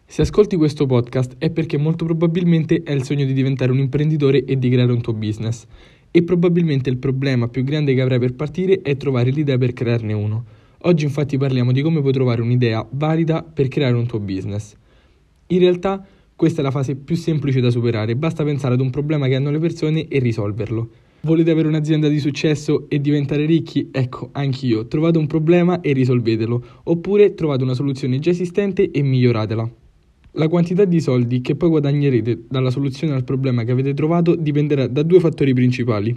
Se ascolti questo podcast è perché molto probabilmente hai il sogno di diventare un imprenditore e di creare un tuo business. E probabilmente il problema più grande che avrai per partire è trovare l'idea per crearne uno. Oggi infatti parliamo di come puoi trovare un'idea valida per creare un tuo business. In realtà questa è la fase più semplice da superare, basta pensare ad un problema che hanno le persone e risolverlo. Volete avere un'azienda di successo e diventare ricchi? Ecco, anch'io. Trovate un problema e risolvetelo, oppure trovate una soluzione già esistente e miglioratela. La quantità di soldi che poi guadagnerete dalla soluzione al problema che avete trovato dipenderà da due fattori principali.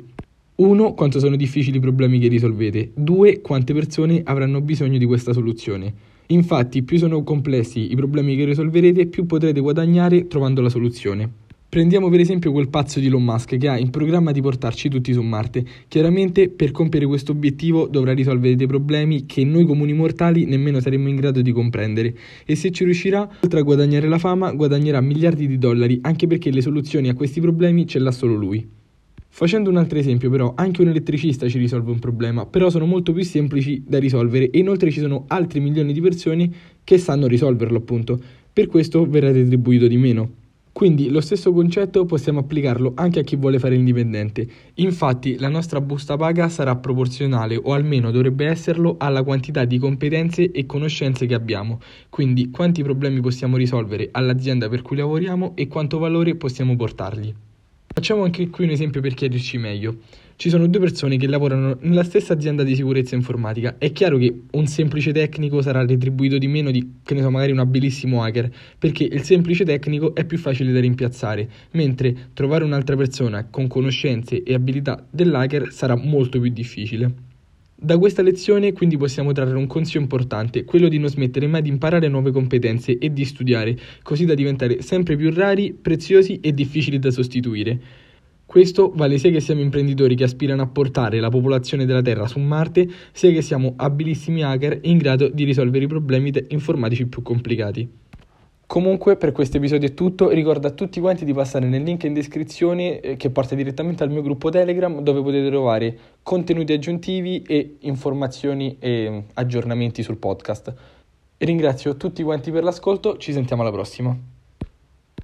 1. Quanto sono difficili i problemi che risolvete. 2. Quante persone avranno bisogno di questa soluzione. Infatti, più sono complessi i problemi che risolverete, più potrete guadagnare trovando la soluzione. Prendiamo per esempio quel pazzo di Elon Musk che ha in programma di portarci tutti su Marte. Chiaramente per compiere questo obiettivo dovrà risolvere dei problemi che noi comuni mortali nemmeno saremmo in grado di comprendere, e se ci riuscirà, oltre a guadagnare la fama, guadagnerà miliardi di dollari, anche perché le soluzioni a questi problemi ce l'ha solo lui. Facendo un altro esempio però, anche un elettricista ci risolve un problema, però sono molto più semplici da risolvere e inoltre ci sono altri milioni di persone che sanno risolverlo appunto, per questo verrà retribuito di meno. Quindi lo stesso concetto possiamo applicarlo anche a chi vuole fare indipendente. Infatti la nostra busta paga sarà proporzionale, o almeno dovrebbe esserlo, alla quantità di competenze e conoscenze che abbiamo. Quindi quanti problemi possiamo risolvere all'azienda per cui lavoriamo e quanto valore possiamo portargli. Facciamo anche qui un esempio per chiarirci meglio. Ci sono due persone che lavorano nella stessa azienda di sicurezza informatica. È chiaro che un semplice tecnico sarà retribuito di meno di, magari un abilissimo hacker, perché il semplice tecnico è più facile da rimpiazzare, mentre trovare un'altra persona con conoscenze e abilità dell'hacker sarà molto più difficile. Da questa lezione quindi possiamo trarre un consiglio importante, quello di non smettere mai di imparare nuove competenze e di studiare, così da diventare sempre più rari, preziosi e difficili da sostituire. Questo vale sia che siamo imprenditori che aspirano a portare la popolazione della Terra su Marte, sia che siamo abilissimi hacker in grado di risolvere i problemi informatici più complicati. Comunque per questo episodio è tutto, ricordo a tutti quanti di passare nel link in descrizione che porta direttamente al mio gruppo Telegram, dove potete trovare contenuti aggiuntivi e informazioni e aggiornamenti sul podcast. Ringrazio tutti quanti per l'ascolto, ci sentiamo alla prossima.